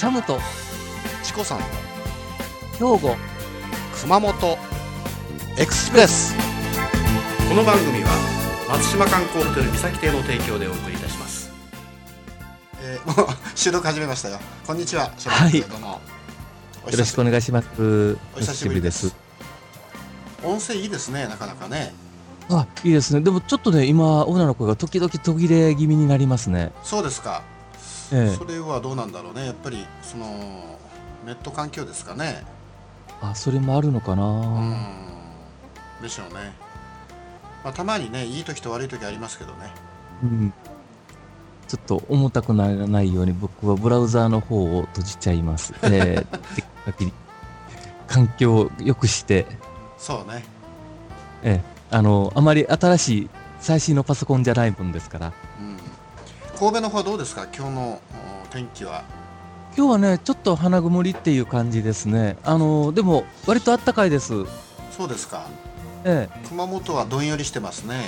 シャムとチコさんの兵庫熊本エクスプレス。この番組は松島観光ホテル三崎邸の提供でお送りいたします。もう収録始めましたよ。こんにちは。 はい、 どうもよろしくお願いします。 お久しぶりです。音声いいですね、なかなかね。 あ、いいですね。でもちょっとね、今女の子が時々途切れ気味になりますね。 そうですか。それはどうなんだろうね。やっぱりそのネット環境ですかね。 あ、それもあるのかな。 でしょうね。まあ、たまにね、いい時と悪い時ありますけどね。 ちょっと重たくならないように僕はブラウザーの方を閉じちゃいます。できる限り環境を良くして、 そうね。 あまり新しい最新のパソコンじゃないもんですから。 神戸の方はどうですか、今日の天気は。 今日はね、ちょっと花曇りっていう感じですね。でも割と暖かいです。 そうですか。 熊熊本はどんよりしてますね。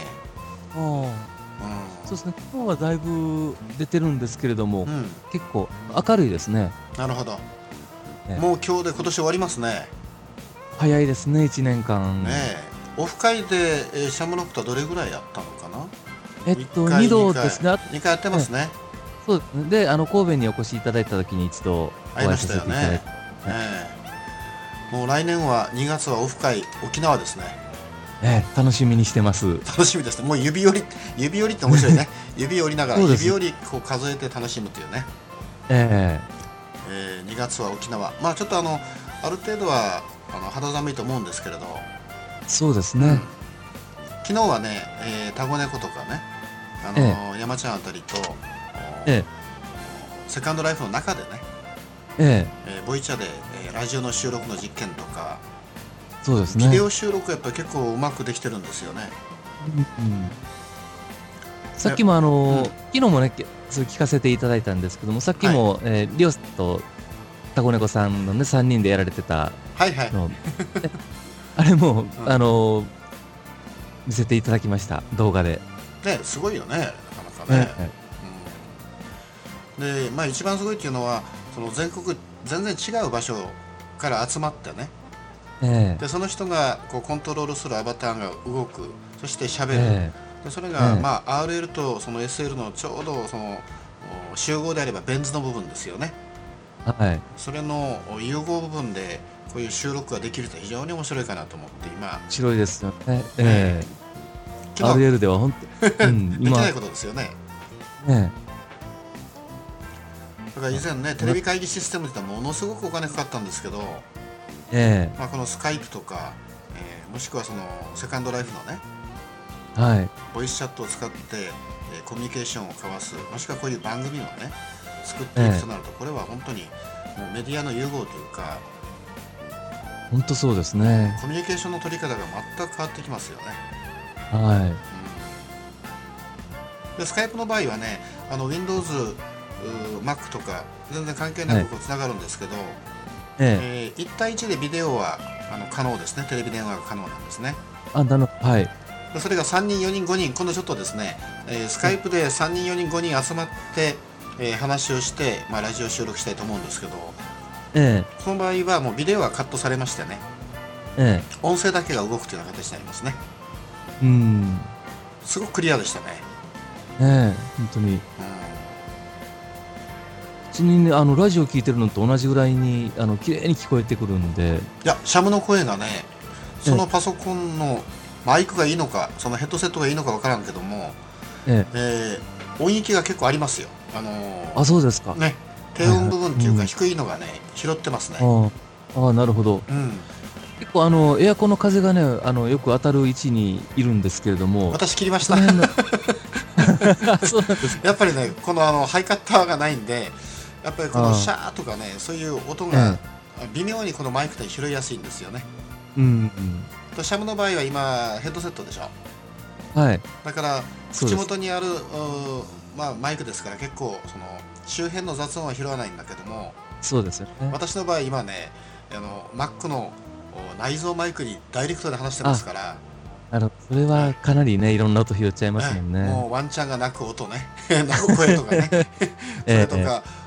そうですね。今日はだいぶ出てるんですけれども、結構明るいですね。 なるほど。もう今日で今年終わりますね。 早いですね、1年間。 オフ会で、シャムロックとはどれぐらいやったのかな。 2度ですね。 2回やってますね。 そうですね。で、神戸にお越しいただいた時に一度お会いさせていただいて、 もう来年は2月はオフ会沖縄ですね。 楽しみにしてます。 楽しみですね。もう指折りって面白いね。指折りながら指折りこう数えて楽しむというね。2月は沖縄。まあちょっとある程度は肌寒いと思うんですけれど。 そうですね。 昨日はね、タゴネコとかね、山ちゃんあたりと、セカンドライフの中でね、ボイチャで、ラジオの収録の実験とか、 そうですね、 ビデオ収録やっぱり結構うまくできてるんですよね。 さっきも昨日もねそれ聞かせていただいたんですけども、さっきも、リオスとタコネコさんのね3人でやられてたの、あれも見せていただきました、動画で。 ね、すごいよね、なかなかね。で、まあ一番すごいっていうのは、その全国全然違う場所から集まってね。でその人がこうコントロールするアバターが動く、そして喋る。でそれが、まあ RL とその SL のちょうどその集合であればベン図の部分ですよね。それの融合部分でこういう収録ができると非常に面白いかなと思って今。 面白いですよね。RL では本当できないことですよね。だから以前ね、テレビ会議システムってものすごくお金かかったんですけど、まあこのスカイプとか、もしくはそのセカンドライフのね、ボイスチャットを使って、コミュニケーションを交わす、もしくはこういう番組をね作っていくとなると、これは本当にもうメディアの融合というか、 本当そうですね。 コミュニケーションの取り方が全く変わってきますよね。でスカイプの場合はね、Windows、Mac とか全然関係なくこうつながるんですけど、1対1でビデオは可能ですね。テレビ電話が可能なんですね。でそれが3人4人5人、今度ちょっとですね、スカイプで3人4人5人集まって、話をして、まあ、ラジオ収録したいと思うんですけど、その場合はもうビデオはカットされましてね、音声だけが動くというような形になりますね。すごくクリアでしたね。 本当に。普通にね、ラジオ聞いてるのと同じぐらいに綺麗に聞こえてくるんで。 いや、シャムの声がね、そのパソコンのマイクがいいのか、そのヘッドセットがいいのか分からんけども、音域が結構ありますよ。 そうですか。 ね、低音部分っていうか低いのがね、拾ってますね。 なるほど。結構エアコンの風がねよく当たる位置にいるんですけれども、 私切りました。 そうなんです。 やっぱりね、このハイカッターがないんで、やっぱりこのシャーとかね、そういう音が微妙にこのマイクで拾いやすいんですよね。シャムの場合は今ヘッドセットでしょ。だから口元にあるまあマイクですから、結構その周辺の雑音は拾わないんだけども、 そうですよね。 私の場合今ね、Mac の内蔵マイクにダイレクトで話してますから。 それはかなりね、いろんな音拾っちゃいますもんね。 もうワンちゃんが鳴く音ね、鳴く声とかね、それとか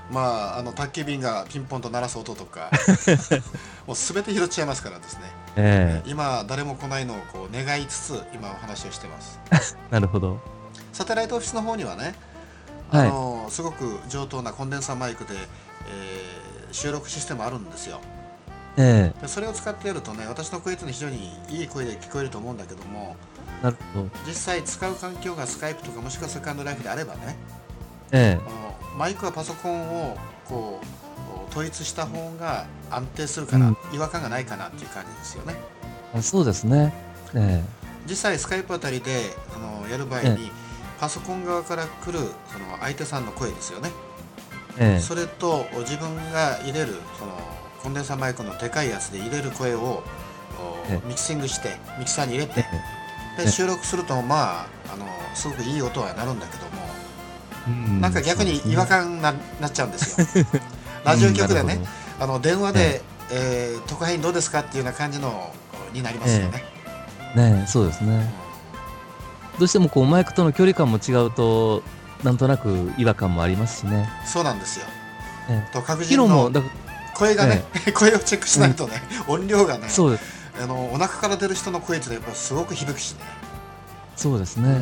まあ宅急便がピンポンと鳴らす音とかもう全て拾っちゃいますからですね、今誰も来ないのをこう願いつつ今お話をしてます。 なるほど。 サテライトオフィスの方にはね、すごく上等なコンデンサーマイクで、収録システムあるんですよ。でそれを使ってやるとね、私の声っていうのは非常にいい声で聞こえると思うんだけども、 なるほど。 実際使う環境がスカイプとかもしくはセカンドライフであればね、マイクはパソコンをこう統一した方が安定するから、違和感がないかなっていう感じですよね。 そうですね。 実際スカイプあたりでやる場合に、パソコン側から来るその相手さんの声ですよね、それと自分が入れるそのコンデンサーマイクのでかいやつで入れる声をミキシングしてミキサーに入れて、で収録するとまあすごくいい音はなるんだけども、なんか逆に違和感なっちゃうんですよ。ラジオ局でね、電話で、特派員どうですかっていうような感じのになりますよね。 そうですね。どうしてもこうマイクとの距離感も違うとなんとなく違和感もありますしね。 そうなんですよ。と各自の声がね、声をチェックしないとね、音量がね、そうです。お腹から出る人の声ってやっぱすごく響くしね。 そうですね。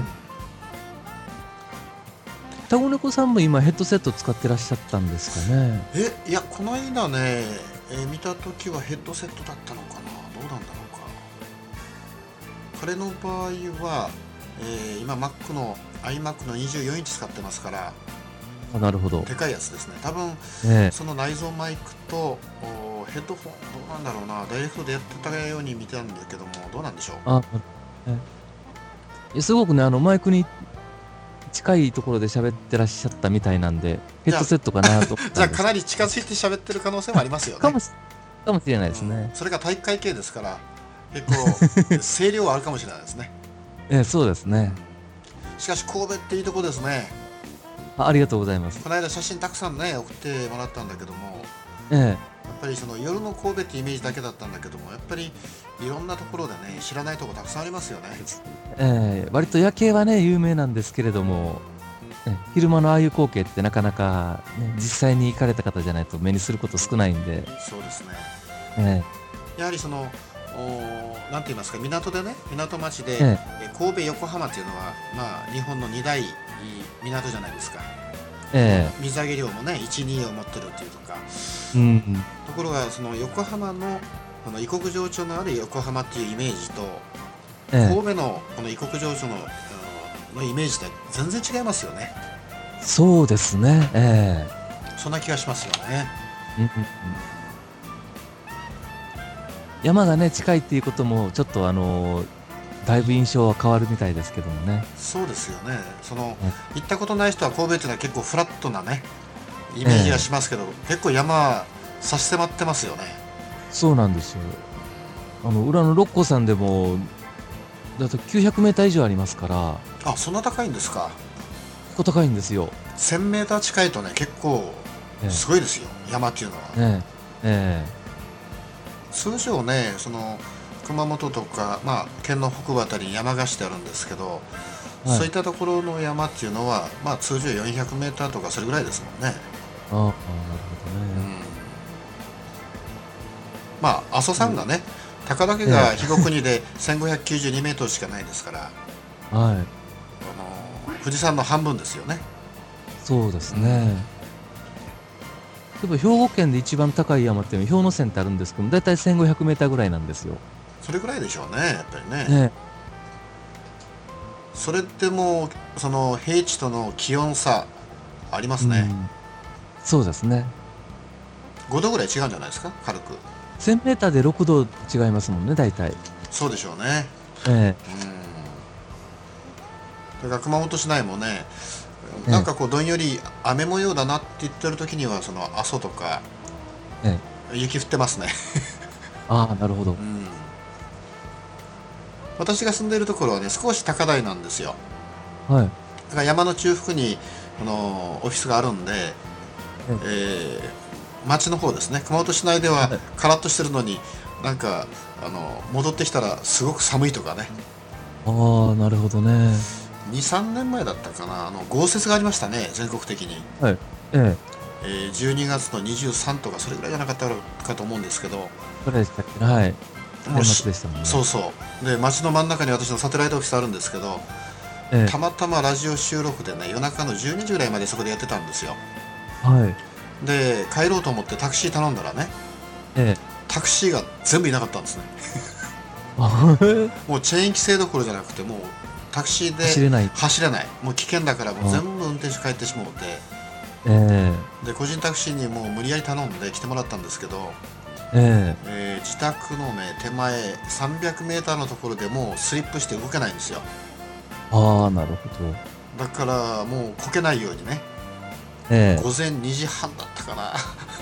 タコネコさんも今ヘッドセット使ってらっしゃったんですかね。 いやこの間ね、見た時はヘッドセットだったのかな、どうなんだろうか。彼の場合は、今 Mac の iMac の24インチ使ってますから。 なるほど。 でかいやつですね。多分、その内蔵マイクとヘッドフォンどうなんだろうな、ダイレクトでやってたように見たんだけども、どうなんでしょう。すごくねマイクに近いところで喋ってらっしゃったみたいなんで、ヘッドセットかなと。 じゃあかなり近づいて喋ってる可能性もありますよね。 かもしれないですね。 それが体育会系ですから結構声量はあるかもしれないですね。 そうですね。 しかし神戸っていいとこですね。 ありがとうございます。 この間写真たくさんね送ってもらったんだけども、やっぱりその夜の神戸ってイメージだけだったんだけども、やっぱりいろんなところでね知らないところたくさんありますよね。 割と夜景はね有名なんですけれども、昼間のああいう光景ってなかなか、実際に行かれた方じゃないと目にすること少ないんで。 そうですね。やはりそのなんて言いますか、港でね、港町で、神戸横浜っていうのはまあ日本の2大港じゃないですか。水揚げ量もね 1,2 を持ってるっていうとか、ところがその横浜のこの異国情緒のある横浜っていうイメージと、神戸のこの異国情緒のイメージって全然違いますよね。 そうですね。 そんな気がしますよね。 山がね近いっていうこともちょっとだいぶ印象は変わるみたいですけどもね。 そうですよね。その行ったことない人は神戸っていうのは結構フラットなねイメージがしますけど、結構山差し迫ってますよね。 そうなんですよ。裏の六甲山でもだと900メーター以上ありますから。 あ、そんな高いんですか。 結構高いんですよ。 1000メーター近いとね結構すごいですよ、山っていうのは。通常ね、その熊本とか、県の北部あたりに山菓子ってあるんですけど、そういったところの山っていうのは、通常400メーターとかそれぐらいですもんね。 なるほどね。 阿蘇山がね、高岳が肥後国で1592メートルしかないですから、富士山の半分ですよね。 そうですね。例えば兵庫県で一番高い山っていうのは氷ノ山ってあるんですけども、だいたい1500メーターぐらいなんですよ。 それぐらいでしょうね、やっぱりね。それってもうその平地との気温差ありますね。 そうですね。 5度ぐらい違うんじゃないですか、軽く。 1000メーターで6度違いますもんね、大体。 そうでしょうね。それから熊本市内もね、なんかこうどんより雨模様だなって言ってる時にはその阿蘇とか雪降ってますね。 なるほど。 私が住んでいるところはね少し高台なんですよ。 だから山の中腹にオフィスがあるんで、町の方ですね、熊本市内ではカラッとしてるのに、なんか戻ってきたらすごく寒いとかね。 なるほどね。 2、3年前だったかな、豪雪がありましたね、全国的に。 12月の23とかそれぐらいじゃなかったかと思うんですけど、 それでしたっけ、はい。 もう年末でしたもんね。 そうそうで、街の真ん中に私のサテライトオフィスあるんですけど、 えたまたまラジオ収録でね、夜中の12時ぐらいまでそこでやってたんですよ。 はい。 で帰ろうと思ってタクシー頼んだらね、 えタクシーが全部いなかったんですね。もうチェーン規制どころじゃなくて、もうタクシーで走れない。 走れない、もう危険だからもう全部運転手帰ってしまうて、 えで個人タクシーにもう無理やり頼んで来てもらったんですけど、自宅のね手前300メーターのところでもうスリップして動けないんですよ。 ああ、なるほど。 だからもうこけないようにね、午前2時半だったかな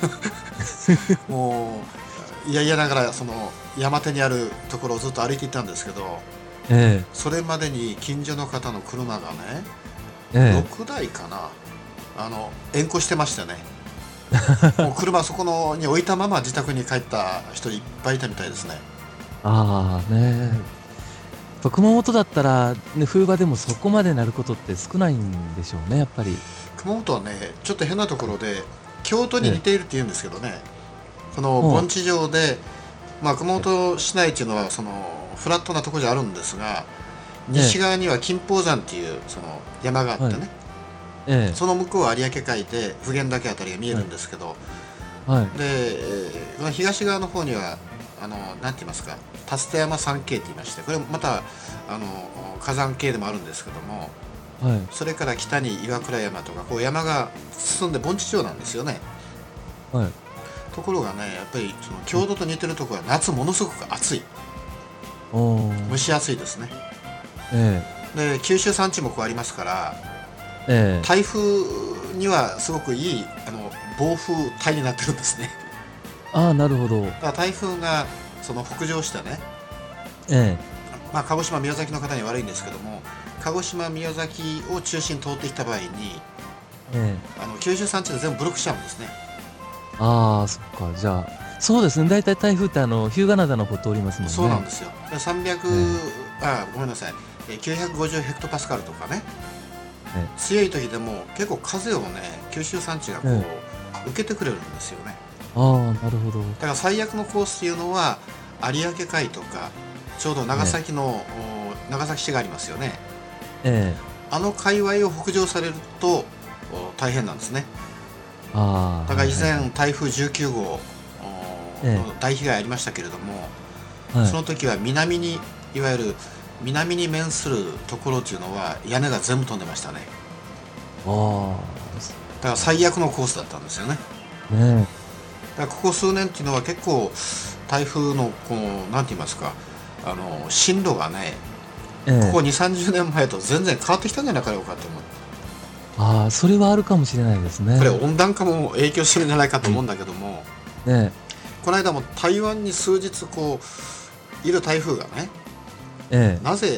もういやいやながらその山手にあるところをずっと歩いていったんですけど、それまでに近所の方の車がね、6台かな、延行してましたね。もう車そこのに置いたまま自宅に帰った人いっぱいいたみたいですね。 ああね、熊本だったら、ね、冬場でもそこまでなることって少ないんでしょうね、やっぱり。 熊本はねちょっと変なところで京都に似ているって言うんですけどね、この盆地上で、熊本市内っていうのはそのフラットなところじゃあるんですが、西側には金峰山っていうその山があってね、その向こうは有明海で普賢岳あたりが見えるんですけど、で、東側の方にはなんて言いますか、竜田山山系って言いまして、これまた火山系でもあるんですけども、それから北に岩倉山とかこう山が進んで盆地上なんですよね。ところがね、やっぱりその郷土と似てるところは夏ものすごく暑い、蒸し暑いですね。で九州山地もこうありますから、台風にはすごくいい暴風帯になってるんですね。 ああ、なるほど。 だから台風がその北上してね、鹿児島宮崎の方に悪いんですけども、鹿児島宮崎を中心に通ってきた場合に、九州山地で全部ブロックしちゃうんですね。 ああ、そっか。じゃあそうですね、大体台風って日向灘の方通りますもんね。 そうなんですよ。300、ごめんなさい、950ヘクトパスカルとかね、強い時でも結構風をね九州山地がこう、受けてくれるんですよね。 ああ、なるほど。 だから最悪のコースっていうのは有明海とかちょうど長崎の、長崎市がありますよね。あの界隈を北上されると大変なんですね。だから以前、台風19号の大被害ありましたけれども、その時は南にいわゆる南に面するところっていうのは屋根が全部飛んでましたね。だから最悪のコースだったんですよね。だからここ数年っていうのは結構台風のこのなんて言いますか、進路がね、ここ2、30年前と全然変わってきたんじゃないかろうかと思う。 ああ、それはあるかもしれないですね。 これ温暖化も影響してるんじゃないかと思うんだけども、この間も台湾に数日こういる台風がね、なぜ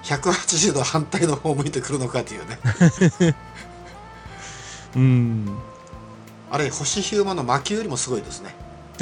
180度反対の方を向いてくるのかというねあれ星ヒューマンの魔球よりもすごいですね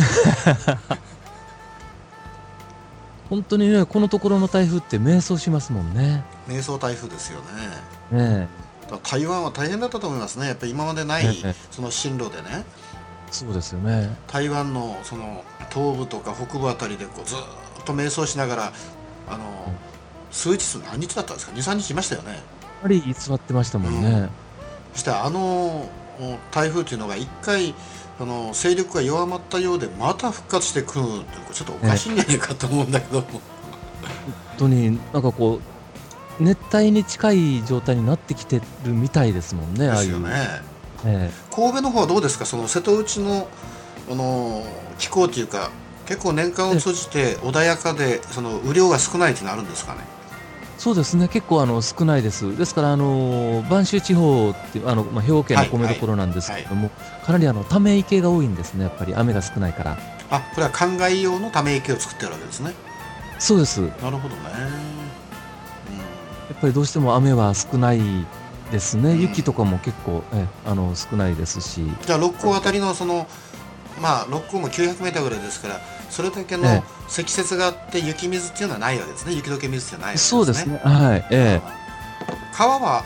本当にね、このところの台風って迷走しますもんね。 迷走台風ですよね。台湾は大変だったと思いますね。やっぱり今までないその進路でね。 そうですよね。 台湾のその東部とか北部あたりでこうずっと迷走しながら数日、何日だったんですか、2、3日いましたよね。やっぱり居座ってましたもんね。 そして台風というのが一回勢力が弱まったようでまた復活してくるってちょっとおかしいんじゃないかと思うんだけども、本当になんかこう熱帯に近い状態になってきてるみたいですもんね。 ですよね。神戸の方はどうですか、その瀬戸内の気候というか、結構年間を通じて穏やかでその雨量が少ないっていうのはあるんですかね。 そうですね、結構少ないです。ですから播州地方っていう兵庫県の米どころなんですけれども、かなりため池が多いんですね。やっぱり雨が少ないから。 これは灌漑用のため池を作ってるわけですね。 そうです。 なるほどね。 やっぱりどうしても雨は少ないですね。雪とかも結構少ないですし。 じゃあ六甲あたりの六甲も900メーターぐらいですから、それだけの積雪があって雪水っていうのはないわけですね。雪解け水ってないわけですね。 そうですね。はい。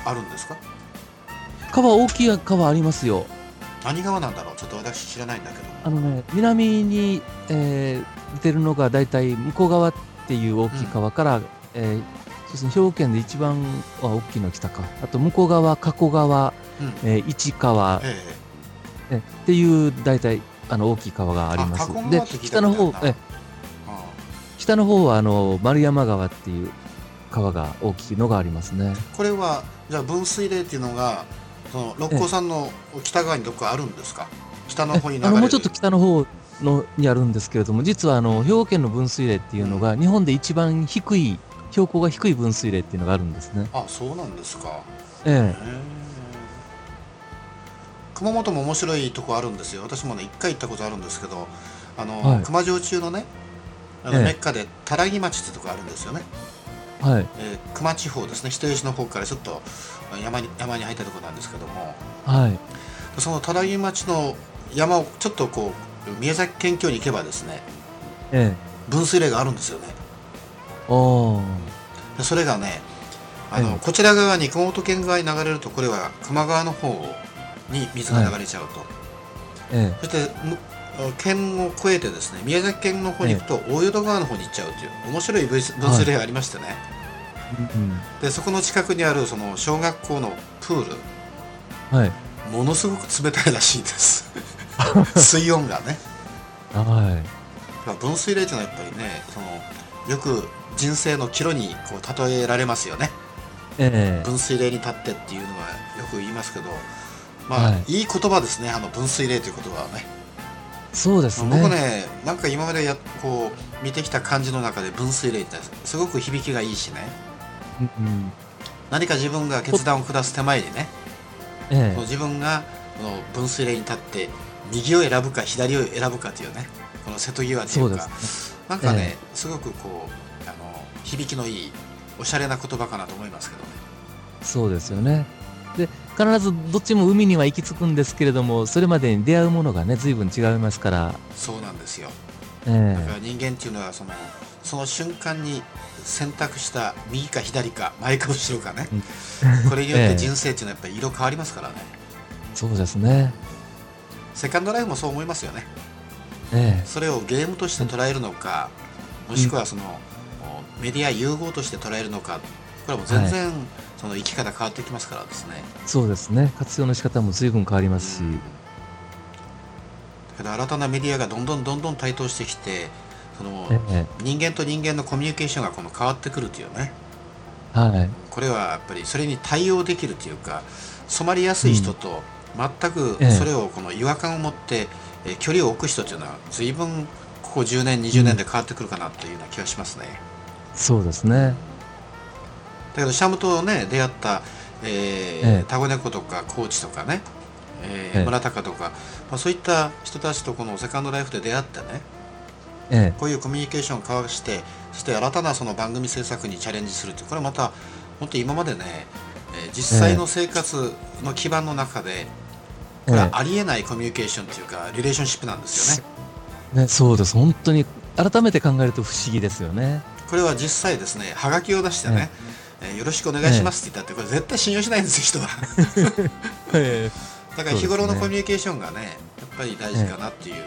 川はあるんですか？ 大きい川ありますよ。 何川なんだろう、ちょっと私知らないんだけど。 南に、出てるのがだいたい向こう側っていう大きい川から、そうですね、兵庫県で一番は大きいの北か。あと向こう側、加古川、市川、っていう大体大きい川があります。で、北の方は丸山川っていう川が大きいのがありますね。 これはじゃあ分水嶺っていうのがその六甲山の北側にどこかあるんですか？北の方に流れる。 もうちょっと北の方にあるんですけれども、実は兵庫県の分水嶺っていうのが日本で一番低い、標高が低い分水嶺っていうのがあるんですね。 あ、そうなんですか。熊本も面白いとこあるんですよ。私もね、一回行ったことあるんですけど、球場中のね、メッカで多良木町ってとこあるんですよね。球磨地方ですね、人吉の方からちょっと山に入ったところなんですけども、その多良木町の山をちょっとこう宮崎県境に行けばですね、分水嶺があるんですよね。でそれがね、こちら側に熊本県側に流れると、これは球磨川の方に水が流れちゃうと、そして県を越えてですね、宮崎県の方に行くと大淀川の方に行っちゃうという面白い分水嶺がありましてね、でそこの近くにあるその小学校のプール、ものすごく冷たいらしいです水温がね。分水嶺というのはやっぱりね、よく人生の岐路にこう例えられますよね。分水嶺に立ってっていうのはよく言いますけど、いい言葉ですね、分水嶺という言葉はね。 そうですね。 僕ね、なんか今までこう見てきた感じの中で分水嶺ってすごく響きがいいしね、何か自分が決断を下す手前にね、自分が分水嶺に立って右を選ぶか左を選ぶかというね、この瀬戸際というか、なんかね、すごくこう響きのいいおしゃれな言葉かなと思いますけどね。 そうですよね。で必ずどっちも海には行き着くんですけれども、それまでに出会うものがね、随分違いますから。 そうなんですよ。だから人間っていうのはその瞬間に選択した右か左か前か後ろかね、これによって人生っていうのはやっぱり色変わりますからね。 そうですね。 セカンドライフもそう思いますよね。それをゲームとして捉えるのか、もしくはメディア融合として捉えるのか、これはもう全然、その生き方変わってきますからですね。 そうですね。活用の仕方も随分変わりますし、 だけど新たなメディアがどんどん台頭してきて、人間と人間のコミュニケーションが変わってくるというね、これはやっぱりそれに対応できるというか、染まりやすい人と全くそれを違和感を持って距離を置く人というのは随分ここ10年20年で変わってくるかなというような気がしますね。 そうですね。 だけどシャムとね出会った、タゴネコとかコーチとかね、村高とか、そういった人たちとこのセカンドライフで出会ってね、こういうコミュニケーションを交わして、そして新たなその番組制作にチャレンジするという、これはまた本当に今までね、実際の生活の基盤の中で、これはありえないコミュニケーションというかリレーションシップなんですよね。 そうです。本当に改めて考えると不思議ですよね。 これは実際ですね、はがきを出してね、よろしくお願いしますって言ったって、これ絶対信用しないんですよ、人は。だから日頃のコミュニケーションがね、やっぱり大事かなっていう。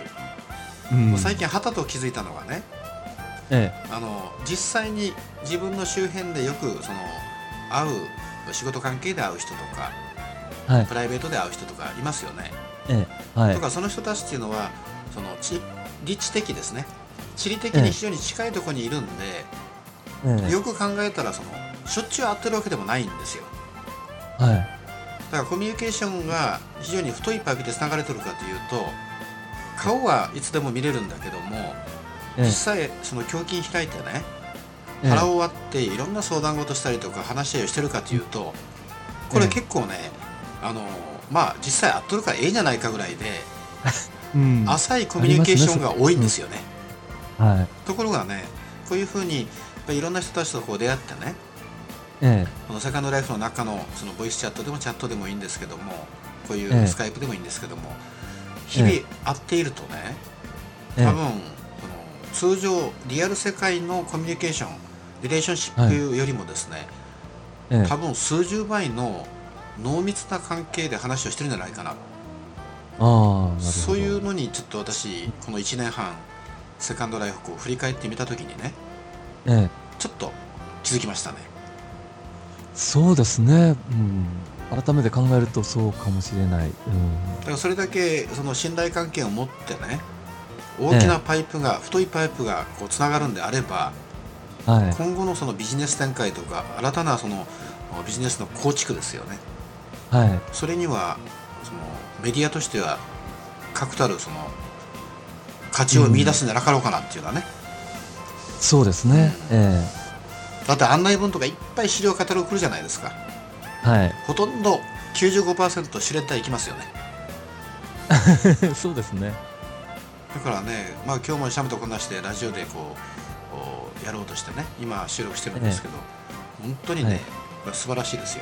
もう最近はたと気づいたのがね、実際に自分の周辺でよく会う、仕事関係で会う人とか、プライベートで会う人とかいますよね。とかその人たちっていうのは立地的ですね、地理的に非常に近いところにいるんで、よく考えたらしょっちゅう会ってるわけでもないんですよ。だからコミュニケーションが非常に太いパイプでつながれてるかというと、顔はいつでも見れるんだけども、実際胸筋開いてね、腹を割っていろんな相談事したりとか話し合いをしてるかというと、これ結構ね、実際会っとるからええじゃないかぐらいで、浅いコミュニケーションが多いんですよね。ところがね、こういうふうにいろんな人たちと出会ってね、このセカンドライフの中のボイスチャットでもチャットでもいいんですけども、こういうスカイプでもいいんですけども、日々会っているとね、多分通常リアル世界のコミュニケーション、リレーションシップよりもですね、多分数十倍の濃密な関係で話をしてるんじゃないかな。 そういうのにちょっと私この1年半セカンドライフを振り返ってみたときにね、ちょっと気づきましたね。 そうですね、改めて考えるとそうかもしれない、 だからそれだけその信頼関係を持ってね、大きなパイプが、太いパイプがこうつながるんであれば、今後のそのビジネス展開とか新たなそのビジネスの構築ですよね、それにはそのメディアとしては確たるその価値を見出すんじゃなかろうかなっていうのはね、 そうですね、 だって案内文とかいっぱい資料カタログ来るじゃないですか、ほとんど 95% シュレッダーいきますよねそうですね。 だからね、今日もシャムとこなしてラジオでこうやろうとしてね、今収録してるんですけど、本当にね、素晴らしいですよ、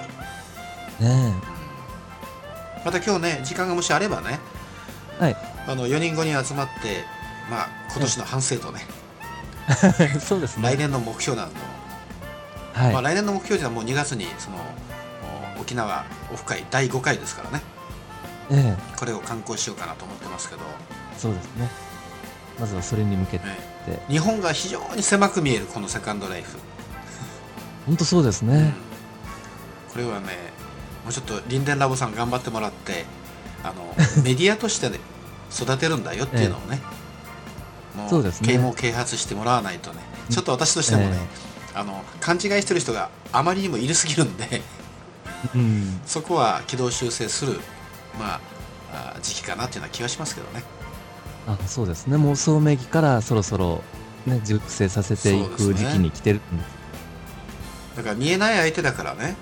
また今日ね時間がもしあればね、4人5人集まって、今年の反省とね、 そうですね、 来年の目標など、来年の目標じゃもう2月にその沖縄オフ会第5回ですからね、これを観光しようかなと思ってますけど。 そうですね、まずはそれに向けて、 日本が非常に狭く見えるこのセカンドライフ、 本当そうですね、 これはねもうちょっとリンデンラボさん頑張ってもらってメディアとして、ね、育てるんだよっていうのをね、もう啓蒙啓発してもらわないとね、ちょっと私としてもね、勘違いしてる人があまりにもいるすぎるんでそこは軌道修正する、時期かなっていうような気がしますけどね。 そうですね、もう聡明期からそろそろ、ね、熟成させていく時期に来てるんです。 だから見えない相手だからね、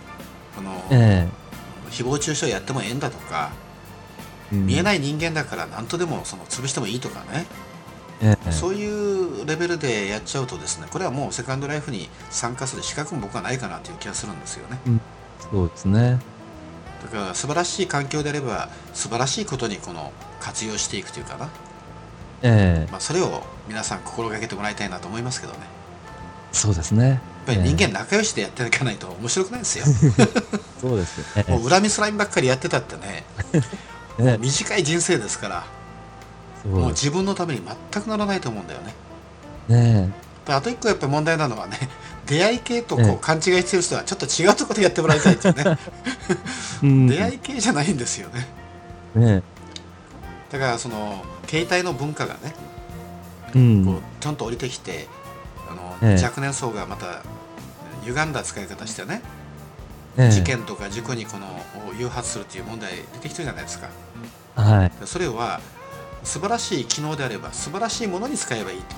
誹謗中傷やってもええんだとか、見えない人間だから何とでもその潰してもいいとかね、そういうレベルでやっちゃうとですね、これはもうセカンドライフに参加する資格も僕はないかなという気がするんですよね。 そうですね。 だから素晴らしい環境であれば素晴らしいことにこの活用していくというかな、それを皆さん心がけてもらいたいなと思いますけどね。 そうですね。 やっぱり人間仲良しでやっていかないと面白くないですよそうですよ、 もう恨みスライムばっかりやってたってねもう短い人生ですから、もう自分のために全くならないと思うんだよね。あと一個やっぱり問題なのはね、出会い系とこう勘違いしてる人はちょっと違うところでやってもらいたいっていうね出会い系じゃないんですよね。だからその携帯の文化がね、こうちょんと降りてきて若年層がまた歪んだ使い方してね、事件とか事故にこの誘発するという問題出てきてるじゃないですか。それは素晴らしい機能であれば素晴らしいものに使えばいいと。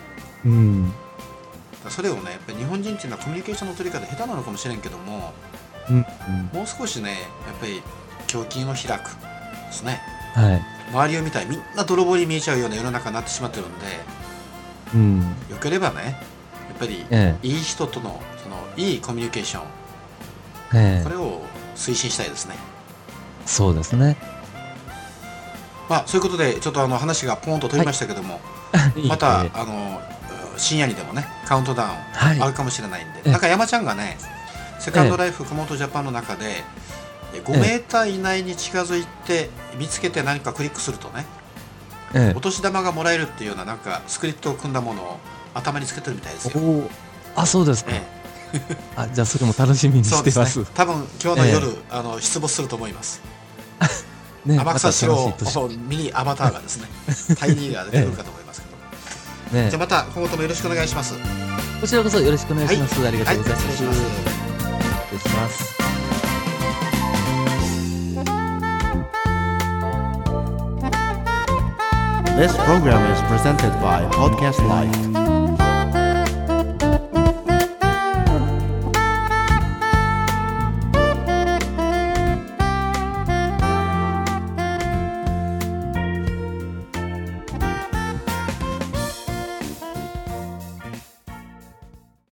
それをねやっぱり日本人っていうのはコミュニケーションの取り方下手なのかもしれんけども、もう少しねやっぱり胸襟を開くですね、周りを見たらみんな泥棒に見えちゃうような世の中になってしまってるんで、よければねやっぱりいい人とのそのいいコミュニケーション、これを推進したいですね。 そうですね。 そういうことでちょっと話がポーンと飛びましたけども、また深夜にでもねカウントダウンあるかもしれないんで、なんか山ちゃんがねセカンドライフ熊本ジャパンの中で5メーター以内に近づいて見つけて何かクリックするとね、お年玉がもらえるっていうようななんかスクリプトを組んだものを頭につけてるみたいですよ。 そうですか。じゃあそれも楽しみにしてます。 多分今日の夜出没すると思います天草四郎ミニアバターがですねタイニーが出てくるかと思いますけど、じゃあまた今後ともよろしくお願いします。 こちらこそよろしくお願いします。ありがとうございます。失礼します。 This program is presented by Podcast Life.